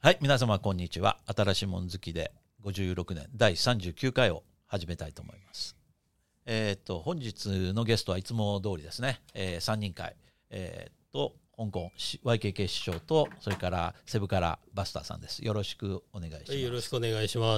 はい、皆様こんにちは。新しいもん好きで56年第39回を始めたいと思います。本日のゲストはいつも通りですね、3人会、香港 YKK 師匠とそれからセブからバスターさんです。よろしくお願いします。 よろしくお願いします。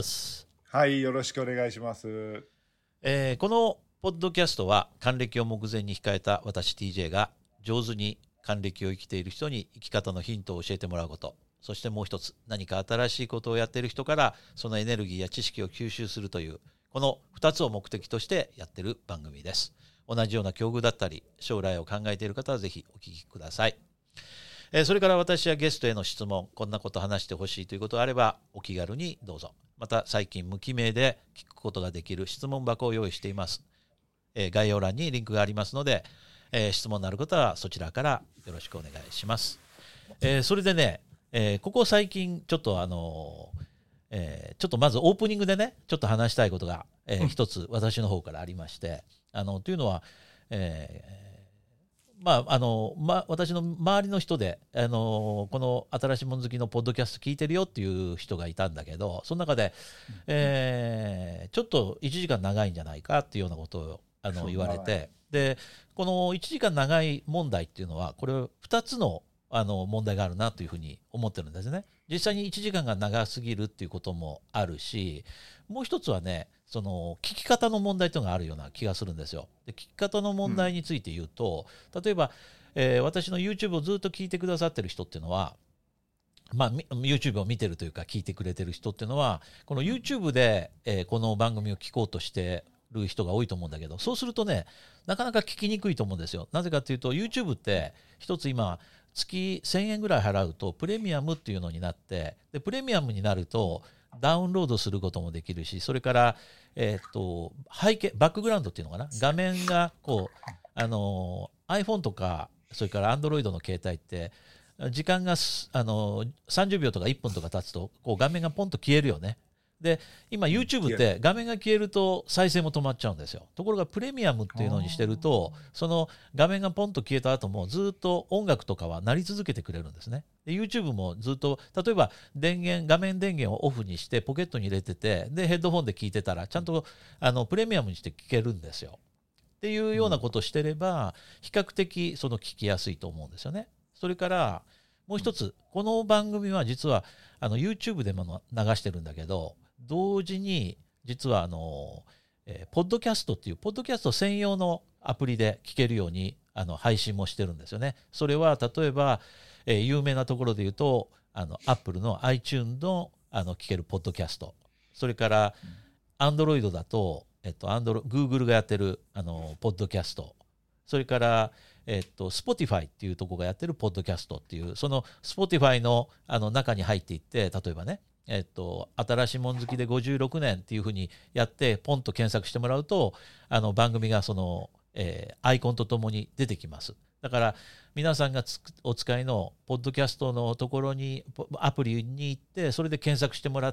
はい、よろしくお願いします。 このポッドキャストは還暦を目前に控えた私 TJ が上手に還暦を生きている人に生き方のヒントを教えてもらうこと、そしてもう一つ、何か新しいことをやっている人からそのエネルギーや知識を吸収するという、この2つを目的としてやっている番組です。同じような境遇だったり将来を考えている方はぜひお聞きください。それから私やゲストへの質問、こんなこと話してほしいということがあればお気軽にどうぞ。また最近無記名で聞くことができる質問箱を用意しています。概要欄にリンクがありますので、質問のある方はそちらからよろしくお願いします。それでね、ここ最近ちょっとちょっとまずオープニングでねちょっと話したいことが、一つ私の方からありまして、というのは、私の周りの人で、この新しいもん好きのポッドキャスト聞いてるよっていう人がいたんだけど、その中で、ちょっと1時間長いんじゃないかっていうようなことを言われて、でこの1時間長い問題っていうのはこれ2つの問題があるなというふうに思ってるんですね。実際に1時間が長すぎるっていうこともあるし、もう一つはね、その聞き方の問題というのがあるような気がするんですよ。で聞き方の問題について言うと、例えば、私の YouTube をずっと聞いてくださってる人っていうのは、YouTube を見てるというか聞いてくれてる人っていうのはこの YouTube で、この番組を聞こうとしてる人が多いと思うんだけど、そうするとねなかなか聞きにくいと思うんですよ。なぜかというと YouTube って一つ今月1000円ぐらい払うとプレミアムっていうのになって、でプレミアムになるとダウンロードすることもできるし、それから、背景バックグラウンドっていうのかな、画面がこうiPhone とかそれから Android の携帯って時間が30秒とか1分とか経つとこう画面がポンと消えるよね。で今 YouTube って画面が消えると再生も止まっちゃうんですよ。ところがプレミアムっていうのにしてるとその画面がポンと消えた後もずっと音楽とかは鳴り続けてくれるんですね。で YouTube もずっと例えば画面電源をオフにしてポケットに入れてて、でヘッドホンで聞いてたらちゃんとプレミアムにして聞けるんですよっていうようなことをしてれば比較的その聞きやすいと思うんですよね。それからもう一つ、この番組は実はYouTube でも流してるんだけど、同時に実はポッドキャストっていうポッドキャスト専用のアプリで聞けるように配信もしてるんですよね。それは例えば、有名なところで言うとApple の iTunes の聞けるポッドキャスト、それから Android だとGoogle がやってるポッドキャスト、それからSpotify っていうところがやってるポッドキャストっていう、その Spotify の中に入っていって、例えばね新しいもん好きで56年っていうふうにやってポンと検索してもらうと番組がその、アイコンとともに出てきます。だから皆さんがお使いのポッドキャストのところにアプリに行ってそれで検索してもらって、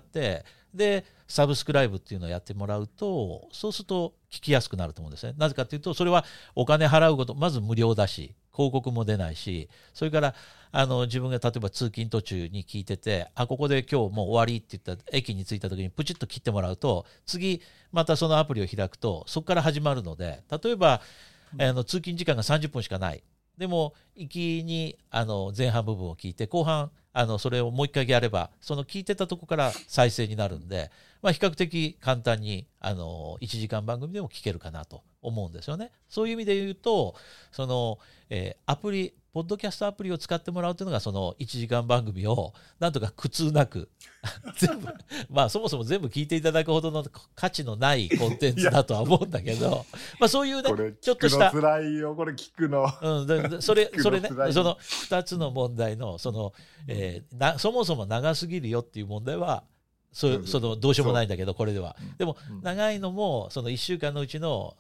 でサブスクライブっていうのをやってもらうと、そうすると聞きやすくなると思うんですね。なぜかというとそれはお金払うことまず無料だし広告も出ないし、それから自分が例えば通勤途中に聞いててここで今日もう終わりって言った駅に着いた時にプチッと切ってもらうと次またそのアプリを開くとそこから始まるので、例えば通勤時間が30分しかない、でも行きに前半部分を聞いて後半それをもう一回やればその聞いてたとこから再生になるんで、比較的簡単に1時間番組でも聞けるかなと思うんですよね。そういう意味で言うとその、ポッドキャストアプリを使ってもらうというのがその1時間番組をなんとか苦痛なく全部そもそも全部聞いていただくほどの価値のないコンテンツだとは思うんだけどそういうねちょっとしたこれ聞くの辛いよ、これ聞くの、 それねその2つの問題のそもそも長すぎるよっていう問題はそのどうしようもないんだけど、これではでも長いのもその1週間のうちの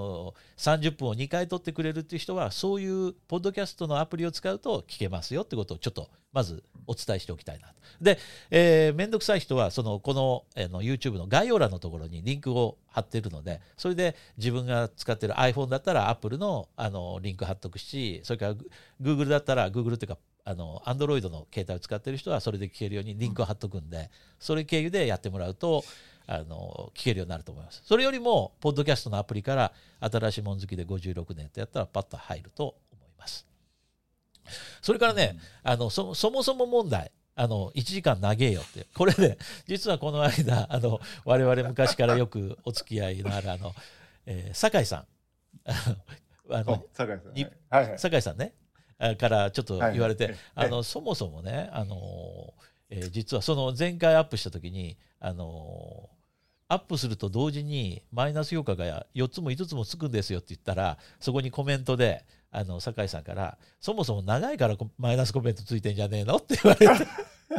30分を2回取ってくれるっていう人はそういうポッドキャストのアプリを使うと聞けますよってことをちょっとまずお伝えしておきたいなと。で、めんどくさい人はこのYouTube の概要欄のところにリンクを貼ってるので、それで自分が使ってる iPhone だったら Apple のリンク貼っとくし、それから Google だったら Google というか Android の携帯を使ってる人はそれで聞けるようにリンクを貼っとくんで、それ経由でやってもらうと聞けるようになると思います。それよりもポッドキャストのアプリから新しいもん好きで56年ってやったらパッと入ると思います。それからね、そもそも問題、1時間長えよって、これね、実はこの間我々昔からよくお付き合いのある酒井さん酒井さんねからちょっと言われて、そもそもね、実はその前回アップした時にアップすると同時にマイナス評価が4つも5つもつくんですよって言ったら、そこにコメントで酒井さんからそもそも長いからマイナスコメントついてんじゃねえのって言われて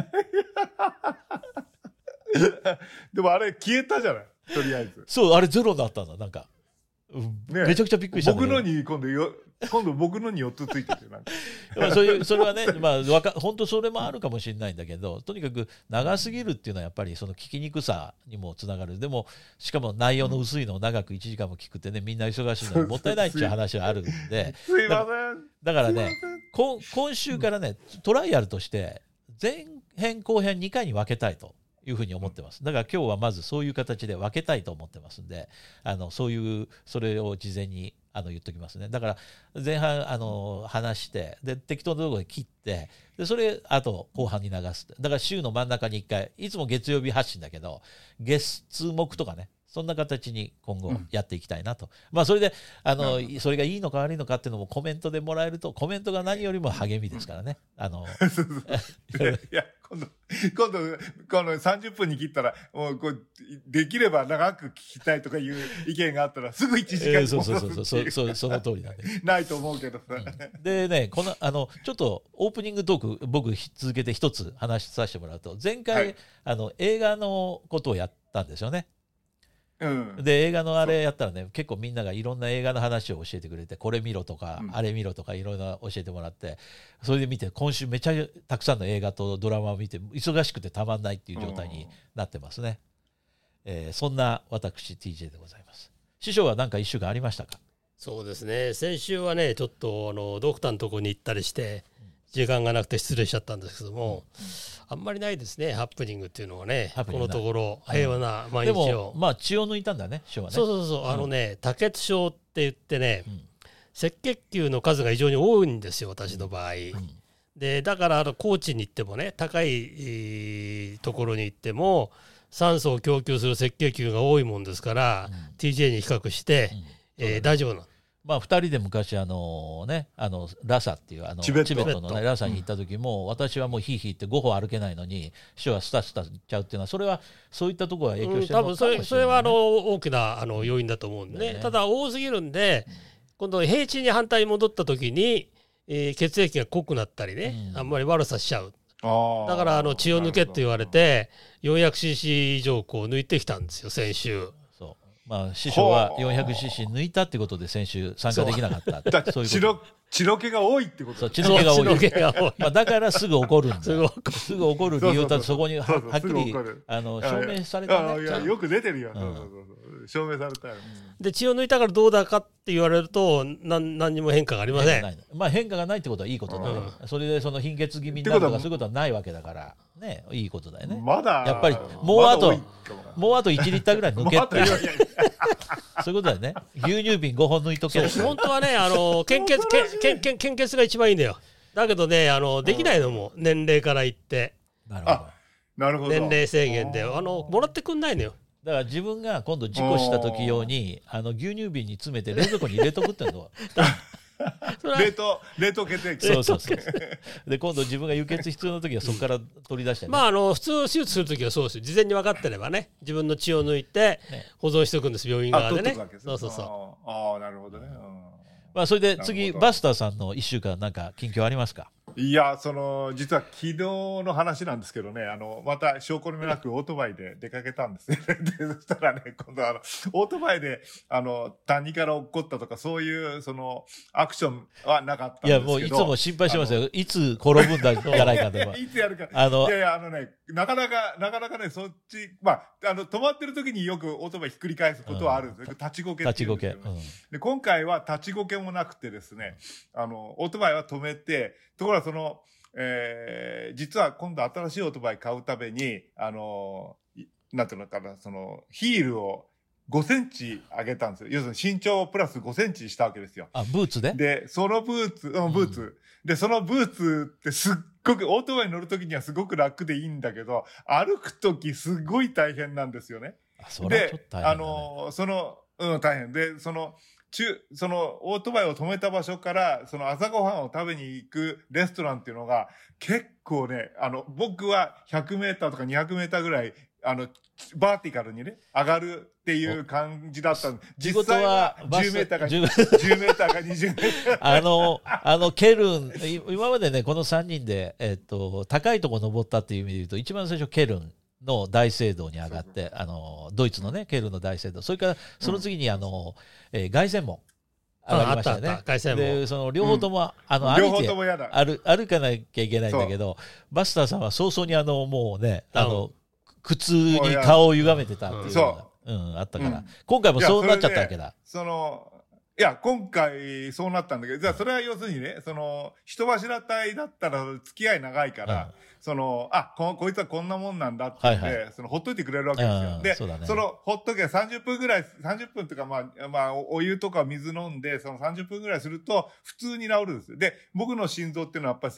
でもあれ消えたじゃない、とりあえず。 そう、あれゼロになったんだ。なんか、めちゃくちゃびっくりしたんだけど。 僕のに今度僕のに4つついてるなんかそれはね、まあ本当それもあるかもしれないんだけど、とにかく長すぎるっていうのはやっぱりその聞きにくさにもつながる。でもしかも内容の薄いのを長く1時間も聞くってね、みんな忙しいのにもったいないっていう話はあるんで、 すいません。 だからね、今週からねトライアルとして前編後編2回に分けたいというふうに思ってます。だから今日はまずそういう形で分けたいと思ってますんで、それを事前に言っときますね。だから前半話してで適当なところで切ってでそれあと後半に流す。だから週の真ん中に1回、いつも月曜日発信だけど月木とかね、そんな形に今後やっていきたいなと、まあそれでそれがいいのか悪いのかっていうのもコメントでもらえると、コメントが何よりも励みですからね。 いや今度この30分に切ったらもうできれば長く聞きたいとかいう意見があったらすぐ1時間に戻すっていう、 その通りなんでないと思うけどさ、 でね、ちょっとオープニングトーク僕続けて一つ話させてもらうと、前回、映画のことをやったんですよね。で映画のあれやったらね、結構みんながいろんな映画の話を教えてくれて、これ見ろとか、あれ見ろとかいろいろ教えてもらって、それで見て今週めちゃたくさんの映画とドラマを見て忙しくてたまんないっていう状態になってますね。そんな私 TJ でございます。師匠は何か1週間ありましたか？ そうですね、先週はねちょっとドクターのとこに行ったりして時間がなくて失礼しちゃったんですけども、あんまりないですね、ハプニングっていうのはね。このところ平和な毎日を。 でもまあ血を抜いたんだね、師匠はね。 そう多血症って言ってね、赤血球の数が異常に多いんですよ、私の場合。でだから高知に行ってもね、高いところに行っても酸素を供給する赤血球が多いもんですから、TJ に比較して、大丈夫なの。 まあ、2人で昔ラサっていうチベットの、ね、ラサに行った時も、私はもうヒーヒーって5歩歩けないのに師匠はスタスタ行っちゃうっていうのは、それはそういったところが影響してるのかもしれない、ね。 それは大きな要因だと思うんでね。ただ多すぎるんで、今度平地に反対に戻った時に、血液が濃くなったりね、あんまり悪さしちゃう。だから血を抜けって言われて 400cc 以上抜いてきたんですよ、先週。 まあ、師匠は 400cc 抜いたってことで先週参加できなかった。 そういうこと。血の気が多いってこと。 そう、血の気が多い。まあだからすぐ怒るんだ。すぐ怒る理由だとそこにはっきり証明されたね。 よく出てるよ。証明されたよ。 で血を抜いたからどうだかって言われると何にも変化がありません。 まあ変化がないってことはいいことだね。それでその貧血気味になるとかそういうことはないわけだからね、いいことだよね。 まだやっぱりもうあと1リッターぐらい抜けって。そういうことだよね。牛乳瓶5本抜いとけ。 本当はね、献血が一番いいんだよ。だけどね、できないのも年齢から言って。 なるほど。 年齢制限でもらってくんないのよ。 だから自分が今度事故した時用に牛乳瓶に詰めて冷蔵庫に入れとくってのは。 冷凍血液。 そう。で今度自分が輸血必要な時はそこから取り出してね。 まあ普通手術する時はそうですよ。事前に分かってればね、自分の血を抜いて保存しておくんです、病院側でね。そう。 ああ、なるほどね。 まあそれで次バスターさんの1週間なんか近況ありますか？ いや、実は昨日の話なんですけどね、また証拠にもなくオートバイで出かけたんですね。で、そしたらね、今度オートバイで、谷から落っこったとか、そういう、アクションはなかったんですけど。いや、もういつも心配してますよ。いつ転ぶんじゃないかとか。 いつやるか。いや、なかなかね、そっち、まあ、止まってる時によくオートバイひっくり返すことはあるんですよ。立ちこけっていうんですよね。で、今回は立ちこけもなくてですね、オートバイは止めて、ところが実は今度新しいオートバイ買うために、なんていうのかな、ヒールを5センチ上げたんですよ。要するに身長プラス5センチしたわけですよ。 あ、ブーツで？ で、そのブーツ。で、そのブーツってすっごく、オートバイに乗るときにはすごく楽でいいんだけど、歩くときすごい大変なんですよね。 それはちょっと大変だね。 大変で、そのオートバイを止めた場所から、朝ごはんを食べに行くレストランっていうのが、結構ね、僕は100メーターとか200メーターぐらい、バーティカルにね、上がるっていう感じだったんで、実際は10メーターか10メーターか20メーター。 ケルン、今までね、この3人で、高いところ登ったっていう意味で言うと、一番最初ケルンの大聖堂に上がって、ドイツのね、ケルンの大聖堂。それから、その次に凱旋門。上がりましたよね。 凱旋門。 で、その両方とも、 両方とも嫌だ。 歩かなきゃいけないんだけど、バスターさんは早々にもうね、苦痛に顔を歪めてたっていうのが、あったから、今回もそうなっちゃったわけだ。 いや、今回そうなったんだけど、じゃあそれは要するにね、人柱隊だったら付き合い長いから、こいつはこんなもんなんだって言って、ほっといてくれるわけですよ。で、ほっとけ30分とか、まあ、お湯とか水飲んで、30分ぐらいすると、普通に治るんですよ。で、僕の心臓っていうのはやっぱり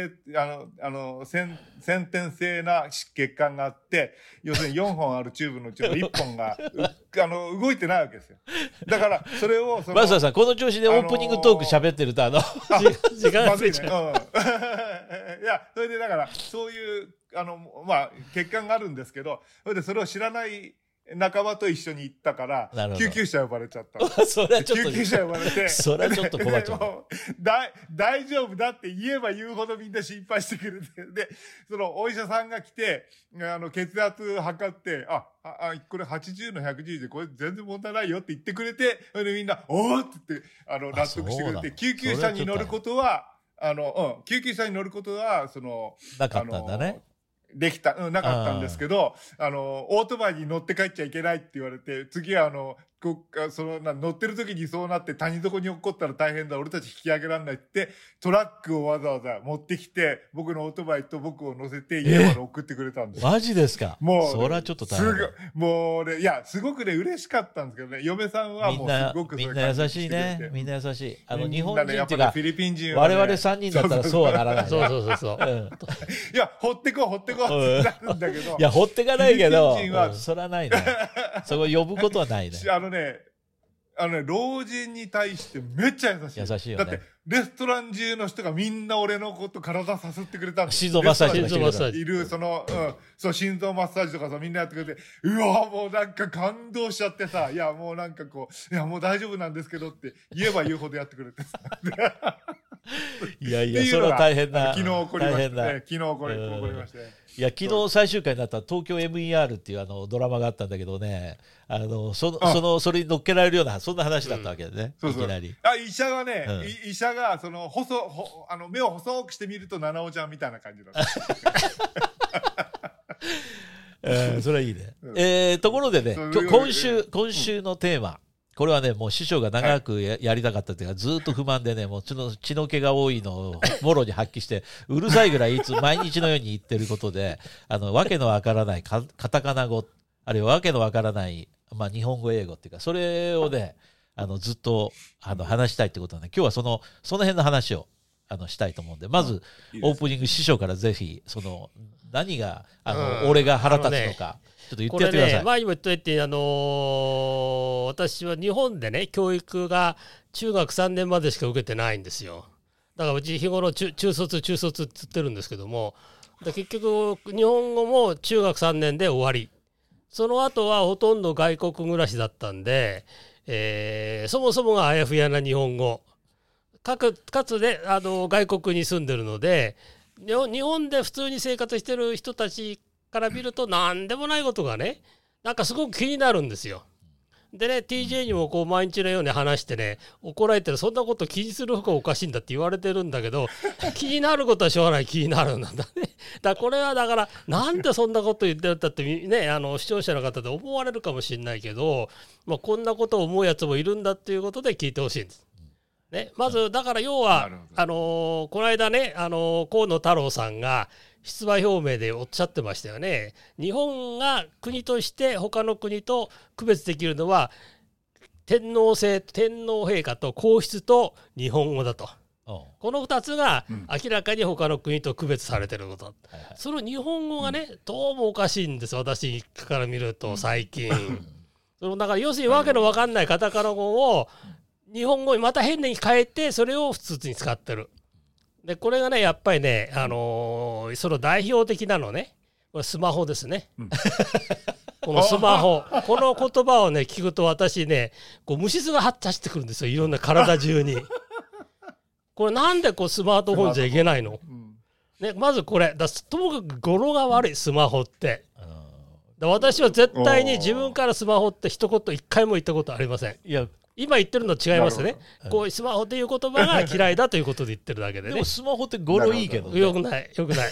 先天性な血管があって、要するに4本あるチューブのうちの1本が、動いてないわけですよ。だから、それを、 バスターさん、この調子でオープニングトーク喋ってると、 時間がついちゃう。 いや、それでだから、そういう、血管があるんですけど、それを知らない仲間と一緒に行ったから、救急車呼ばれちゃった。 それはちょっと、 救急車呼ばれて、 それはちょっと困っちゃう。 大丈夫だって言えば言うほどみんな心配してくれて、で、お医者さんが来て、血圧測って、これ80の110でこれ全然問題ないよって言ってくれて、それでみんな、おーって言って、納得してくれて、救急車に乗ることは、救急車に乗ることは、 なかったんだね。 なかったんですけど、オートバイに乗って帰っちゃいけないって言われて、次は乗ってる時にそうなって谷底に落っこったら大変だ、俺たち引き上げられないって、トラックをわざわざ持ってきて、僕のオートバイと僕を乗せて家まで送ってくれたんです。 マジですか？ もう、 それはちょっと大変。 もうね、いや、すごくね、嬉しかったんですけどね、嫁さんはもうすごくみんな優しいね。みんな優しい。日本人っていうか、 フィリピン人は我々3人だったらそうはならない。 そう。 いや、放ってこうってなるんだけど。 いや、放ってかないけど、それはないね。そこ呼ぶことはないね。 老人に対してめっちゃ優しい。 優しいよね。 だって、レストラン中の人がみんな俺のこと体さすってくれたんです。 心臓マッサージとかいる、心臓マッサージとかさ、みんなやってくれて、うわもうなんか感動しちゃってさ、いや、もうなんかいや、もう大丈夫なんですけどって言えば言うほどやってくれてさ。 いや、それは大変な。 昨日起こりましたね。昨日起こりましたね。 いや、昨日最終回になった東京 MER っていうドラマがあったんだけどね、それに乗っけられるような、そんな話だったわけでね、いきなり。 医者がね、医者が、目を細くしてみると、七尾ちゃんみたいな感じだった。 それはいいね。ところでね、今週のテーマ。これはね、もう師匠が長くやりたかったっていうか、ずっと不満でね、もう血の気が多いのをもろに発揮して、うるさいぐらい毎日のように言ってることで、わけのわからないカタカナ語、あるいはわけのわからない、日本語英語っていうか、それをね、ずっと話したいってことはね、今日はその辺の話をしたいと思うんで、まずオープニング師匠からぜひ何が俺が腹立つのか。ちょっと言ってやってください。 前にも言っといて、私は日本でね、教育が中学3年までしか受けてないんですよ。だからうち日頃中卒って言ってるんですけども、結局日本語も中学3年で終わり。その後はほとんど外国暮らしだったんで、そもそもがあやふやな日本語。かつで外国に住んでるので、日本で普通に生活してる人たちから見ると何でもないことがね、なんかすごく気になるんですよ。でね、TJ にもこう毎日のように話してね、怒られてる、そんなこと気にする方がおかしいんだって言われてるんだけど、気になることはしょうがない、気になるんだね。これはだから、なんでそんなこと言ってるんだってね、視聴者の方で思われるかもしれないけど、こんなことを思うやつもいるんだっていうことで聞いてほしいんです。 ね、まずだから要はこの間ね河野太郎さんが出馬表明でおっしゃってましたよね。日本が国として他の国と区別できるのは天皇陛下と皇室と日本語だと。この2つが明らかに他の国と区別されてること、その日本語がねどうもおかしいんです私から見ると最近そのだから要するにわけのわかんないカタカナ語を日本語にまた変に変えてそれを普通に使ってる。でこれがねやっぱりね、その代表的なのねこれスマホですね、このスマホこの言葉をね聞くと私ねこう虫唾が走ってくるんですよいろんな体中にこれなんでこうスマートフォンじゃいけないの、ね、まずこれともかく語呂が悪いスマホって私は絶対に自分からスマホって一言一回も言ったことありません。いや今言ってるの違いますね。こうスマホっていう言葉が嫌いだということで言ってるだけでね。 でもスマホって語呂いいけどね。 よくないよくない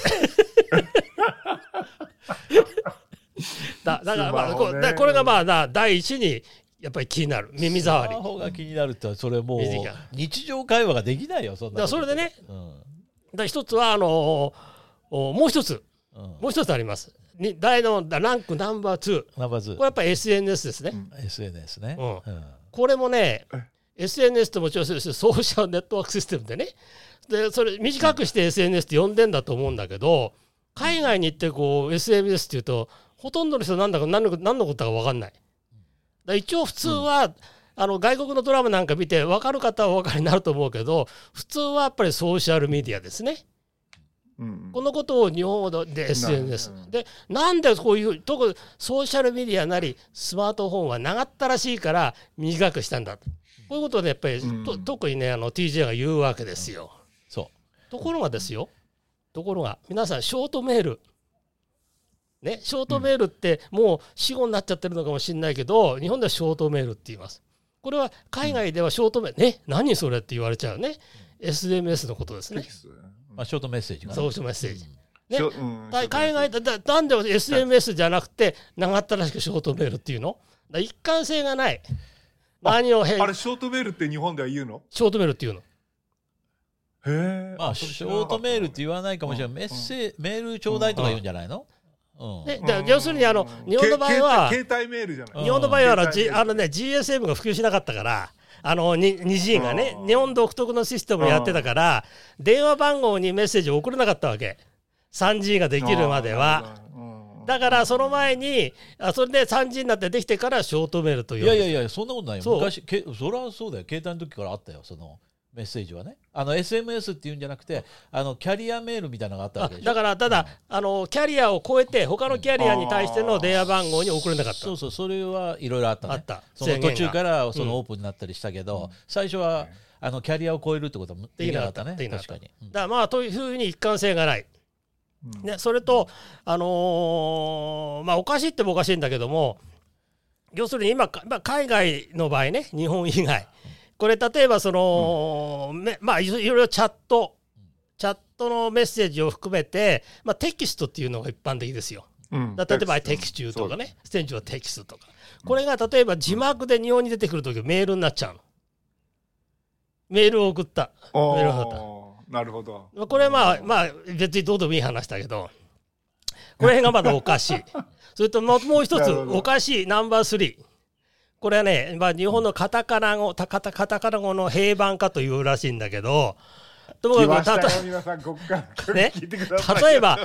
だからまあこれがまあ第一にやっぱり気になる耳障り。 スマホが気になるってそれもう日常会話ができないよそんな。 だそれでね、だ一つはもう一つあります。大のランクナンバー2。これやっぱり SNS ですね。 SNS ね。 これもね SNS ともちろんソーシャルネットワークシステムでねでそれ短くして SNS って呼んでんだと思うんだけど海外に行ってこう SNS っていうとほとんどの人何のことか分かんない。だ一応普通は、外国のドラマなんか見て分かる方はお分かりになると思うけど普通はやっぱりソーシャルメディアですね。このことを日本語で SNS でなんでこういう特にソーシャルメディアなりスマートフォンは長ったらしいから短くしたんだとこういうことでやっぱり、特にねTJ が言うわけですよ。ところが皆さんショートメールねショートメールってもう死語になっちゃってるのかもしれないけど日本ではショートメールって言います。これは海外ではショートメールね何それって言われちゃうね SMS のことですね。 ショートメッセージが、ね、 ソーシャルメッセージ、ね海外なんで SMS じゃなくて長ったらしくショートメールっていうの一貫性がない。何をあれショートメールって日本では言うの？ ショートメールっていうの。 へえ。 ショートメールって言わないかもしれない。メールちょうだいとか言うんじゃないの？ 要するに日本の場合は携帯メールじゃない。 日本の場合はGSM が普及しなかったから2G がね日本独特のシステムをやってたから電話番号にメッセージを送れなかったわけ 3G ができるまでは。だからその前にそれで 3G になってできてからショートメールという。 いやそんなことないよ。昔そりゃそうだよ携帯の時からあったよそのメッセージはねSMS っていうんじゃなくてキャリアメールみたいなのがあったわけでしょ。 だからただ、キャリアを超えて他のキャリアに対しての電話番号に送れなかった。 そうそれはいろいろあったね。その途中からそのオープンになったりしたけど、最初はキャリアを超えるってことはできなかったね。確かに。 だからまあというふうに一貫性がない、ね、それとおかしいってもおかしいんだけども要するに今海外の場合ね日本以外これ例えばいろいろチャットのメッセージを含めて、テキストっていうのが一般的ですよ。例えばテキスチューとかねステンジはテキストとかこれが例えば字幕で日本に出てくるときメールになっちゃうの。メールを送った。 なるほど。 これは別にどうでもいい話だけどこれがまだおかしい。それともう一つおかしいナンバー3。これはね、日本のカタカナ語の平板化というらしいんだけどともかく例えば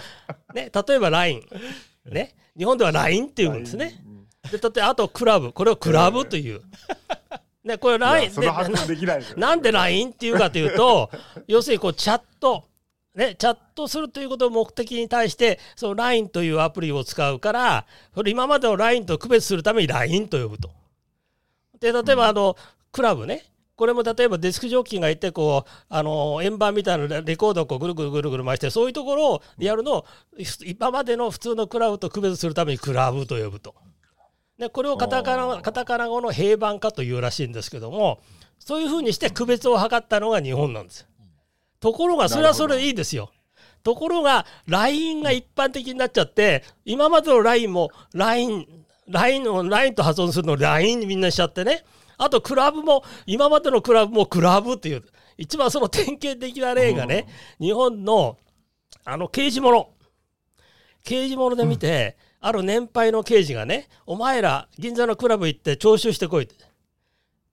LINE、ね、日本では LINE っていうんですね。であとクラブこれをクラブという、ね、これ LINE でなんで LINE っていうかというと要するにこうチャットするということを目的に対してその LINE というアプリを使うからそれ今までの LINE と区別するために LINE と呼ぶと。で例えばクラブねこれも例えばデスクジョッキーがいてこう円盤みたいなレコードをこうぐるぐる回してそういうところをやるのを今までの普通のクラブと区別するためにクラブと呼ぶと。でこれをカタカナ語の平板化というらしいんですけどもそういうふうにして区別を図ったのが日本なんです。ところがそれはそれでいいですよ。ところが LINE が一般的になっちゃって今までの LINE も LINE と発音するのを LINE にみんなしちゃってねあとクラブも今までのクラブもクラブっていう一番その典型的な例がね、日本の刑事もので見て、ある年配の刑事がね、お前ら銀座のクラブ行って徴収してこいって、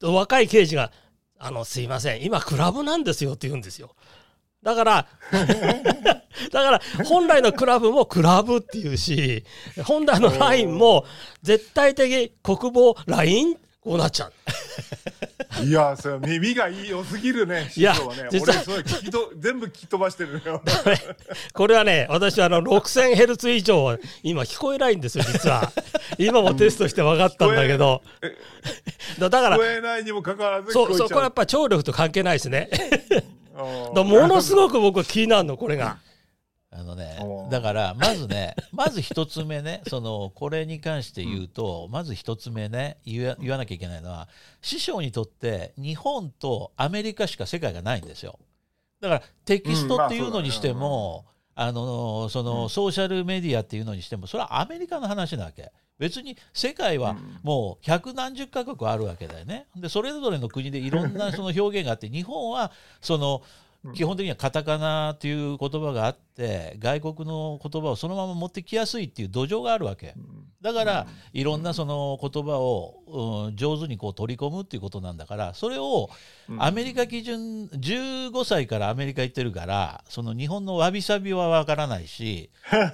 若い刑事がすいません今クラブなんですよって言うんですよ。だから本来のクラブもクラブっていうし、本来のラインも絶対的国防ラインこうなっちゃう。 いや、それ耳が良すぎるね。 いや、 ね、俺それ全部聞き飛ばしてるよ。 これはね、私は6000ヘルツ以上は今聞こえないんですよ、実は。今もテストして分かったんだけど。だから聞こえないにもかかわらず聞こえちゃう。 そう、これやっぱ聴力と関係ないですね。ものすごく僕は気になるの、これが。 だからまず一つ目ね、これに関して言うと、まず一つ目ね、言わなきゃいけないのは、師匠にとって日本とアメリカしか世界がないんですよ。だからテキストっていうのにしても、ソーシャルメディアっていうのにしても、それはアメリカの話なわけ。別に世界はもう百何十カ国あるわけだよね。でそれぞれの国でいろんなその表現があって、日本は基本的にはカタカナという言葉があって、外国の言葉をそのまま持ってきやすいっていう土壌があるわけだから、いろんなその言葉を上手にこう取り込むっていうことなんだから、それをアメリカ基準、15歳からアメリカ行ってるから、その日本のわびさびはわからないし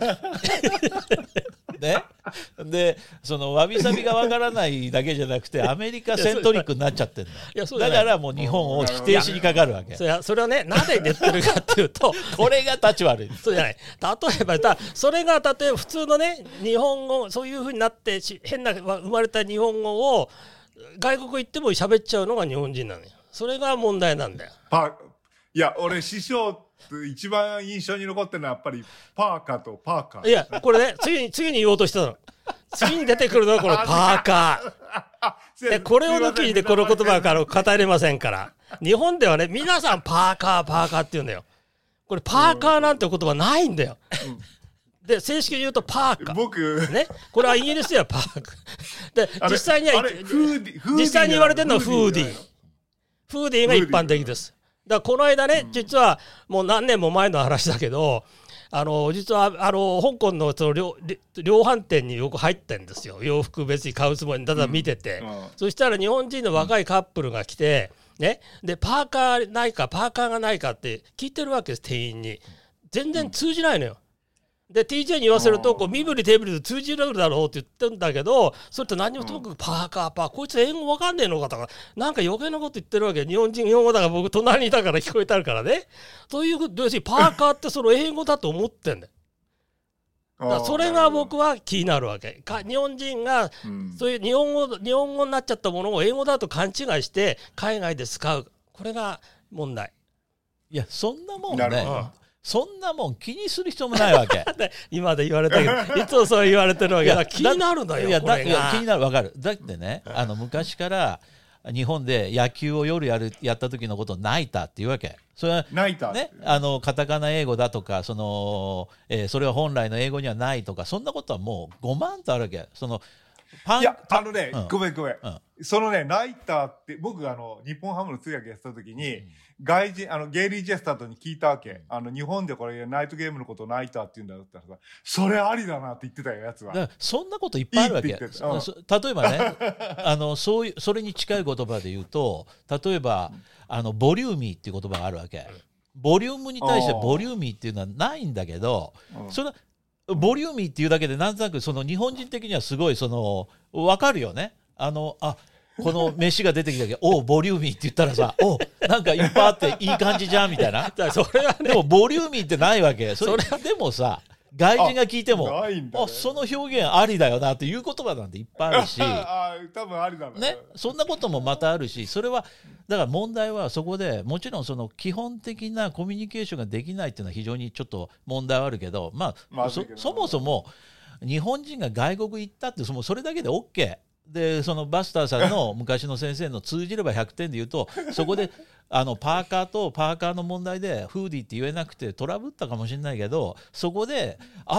でそのわびさびがわからないだけじゃなくて、アメリカセントリックになっちゃってるの。だからもう日本を否定しにかかるわけ。 それはね、なぜ言ってるかっていうとこれが立ち悪い。 そうじゃない。例えばそれが例えば普通のね、日本語、そういう風になって変な生まれた日本語を外国行っても喋っちゃうのが日本人なのよ。それが問題なんだよ。 いや、俺師匠一番印象に残ってるのはやっぱりパーカーとパーカー。 いや、これね、次に言おうとしたの。次に出てくるのはこのパーカー。これを抜きにでこの言葉から語れませんから。日本ではね、皆さんパーカーって言うんだよ。これパーカーなんて言葉ないんだよ。で、正式に言うとパーカー。ね。これはイギリスではパーカー。で、実際に言われてるのはフーディー。フーディーが一般的です。だからこの間ね、実はもう何年も前の話だけど、実は香港のその量販店によく入ってんですよ。洋服別に買うつもりにただ見てて、そしたら日本人の若いカップルが来て、ね、でパーカーがないかって聞いてるわけです、店員に。全然通じないのよ。で TJ に言わせると身振り手振りで通じるだろうって言ってるんだけど、それって何もともかくパーカーこいつ英語わかんねえのかとか、なんか余計なこと言ってるわけ。日本語だから僕隣にいたから聞こえたからね。ということでパーカーってその英語だと思ってんだよ。だからそれが僕は気になるわけ。日本人がそういう日本語になっちゃったものを英語だと勘違いして海外で使う、これが問題。 いや、そんなもんね、そんなもん気にする必要もないわけ。 今で言われたけど、いつもそう言われてるわけだ。気になるんだよ。 いや気になる、わかる。だってね、昔から日本で野球を夜やった時のことをナイターって言うわけ。それはね、カタカナ英語だとか、それは本来の英語にはないとか、そんなことはもう5万とあるわけ。 いや、ごめん。そのね、ナイターって、僕が日本ハムの通訳やってた時に、ゲイリー・ジェスタートに聞いたわけ。日本でこれナイトゲームのことをナイターって言うんだったらさ、それありだなって言ってたよ、やつは。 だからそんなこといっぱいあるわけ。例えばね、それに近い言葉で言うと、例えば、ボリューミーっていう言葉があるわけ。ボリュームに対してボリューミーっていうのはないんだけど、それは、ボリューミーっていうだけでなんとなく日本人的にはすごい分かるよね。この飯が出てきたけど、おうボリューミーって言ったらさ、おうなんかいっぱいあっていい感じじゃんみたいな。 それはね、 でもボリューミーってないわけ。それでもさ、外人が聞いても、その表現ありだよなっていう言葉なんていっぱいあるし、 多分ありだね、そんなこともまたあるし、それはだから問題はそこで、もちろん基本的なコミュニケーションができないっていうのは非常にちょっと問題はあるけど、そもそも日本人が外国行ったってそれだけで OK で、バスターさんの昔の先生の通じれば100点で言うと、そこでパーカーとパーカーの問題でフーディーって言えなくてトラブったかもしれないけど、そこで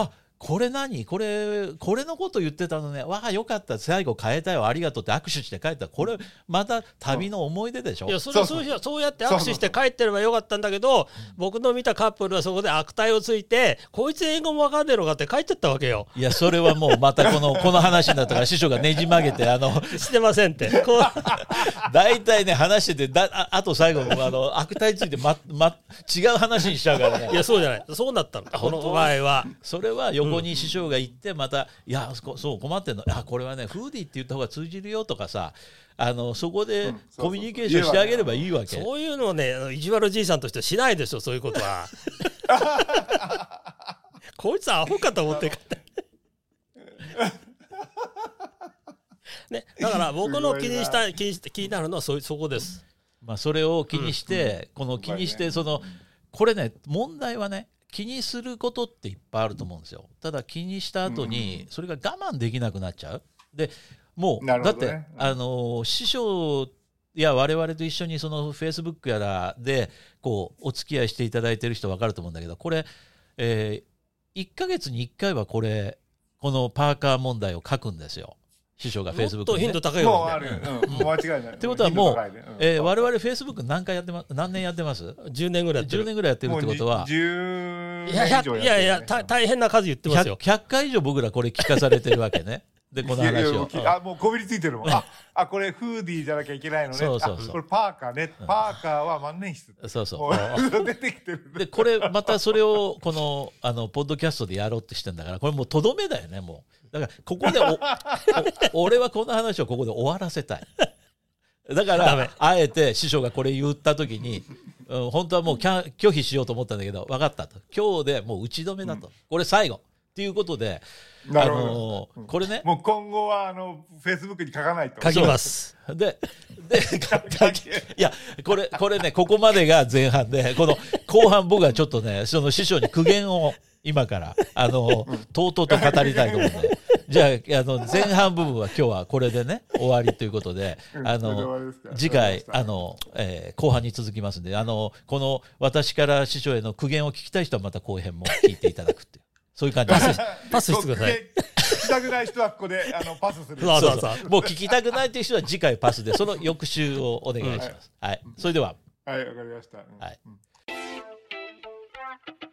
これ何これのこと言ってたのね、わあよかった、最後変えたよ、ありがとうって握手して帰った、これまた旅の思い出でしょ。 いやそうやって握手して帰ってればよかったんだけど、僕の見たカップルはそこで悪態をついて、こいつ英語も分かんねえのかって帰ってったわけよ。 いやそれはもうまたこの話になったから師匠がねじ曲げてしてませんって大体ね話しててあと最後悪態ついて、違う話にしちゃうからね。 いやそうじゃない、そうなったのこの場合は。 それは横に師匠が行ってまた、いやそう困ってんの、これはねフーディーって言った方が通じるよとかさ、そこでコミュニケーションしてあげればいいわけ。 そういうのをね意地悪じいさんとしてしないでしょ、そういうことは。こいつアホかと思ってね、だから僕の気になるのはそこです。 まあそれを気にして、気にしてこれね問題はね、気にすることっていっぱいあると思うんですよ。ただ気にした後にそれが我慢できなくなっちゃう。でもう、だって師匠や我々と一緒にフェイスブックやらでこうお付き合いしていただいてる人分かると思うんだけど、これ、1ヶ月に1回はこのパーカー問題を書くんですよ、師匠がフェイスブックで、ね、 もっと頻度高いよ、ね、 間違いない。 ってことはもう、我々フェイスブック何年やってます？ 10年ぐらいやってる。 10年ぐらいやってるってことは、 いや大変な数言ってますよ。 100回以上僕らこれ聞かされてるわけね。でこの話をもうこびりついてるもん。これフーディーじゃなきゃいけないのね。そうこれパーカーね。パーカーは万年筆。そう出てきてる。 でこれまたそれをこのポッドキャストでやろうってしてんだから、これもうとどめだよね。もうだからここで俺はこの話をここで終わらせたい。だからあえて師匠がこれ言った時に、本当はもう拒否しようと思ったんだけど、分かったと、今日でもう打ち止めだと、これ最後っていうことで、これね、 もう今後はフェイスブックに書かないと。 書きます。 でいやこれね、ここまでが前半で、この後半僕はちょっとねその師匠に苦言を今からとうとうと語りたいと思うので、じゃあ前半部分は今日はこれでね終わりということで、次回後半に続きますんで、この私から師匠への苦言を聞きたい人はまた後編も聞いていただくっていう、そういう感じです。 パスしてください。 聞きたくない人はここでパスする。 そうもう聞きたくないという人は次回パスで、その翌週をお願いします。はい、それでは。 はい、わかりました。 はい。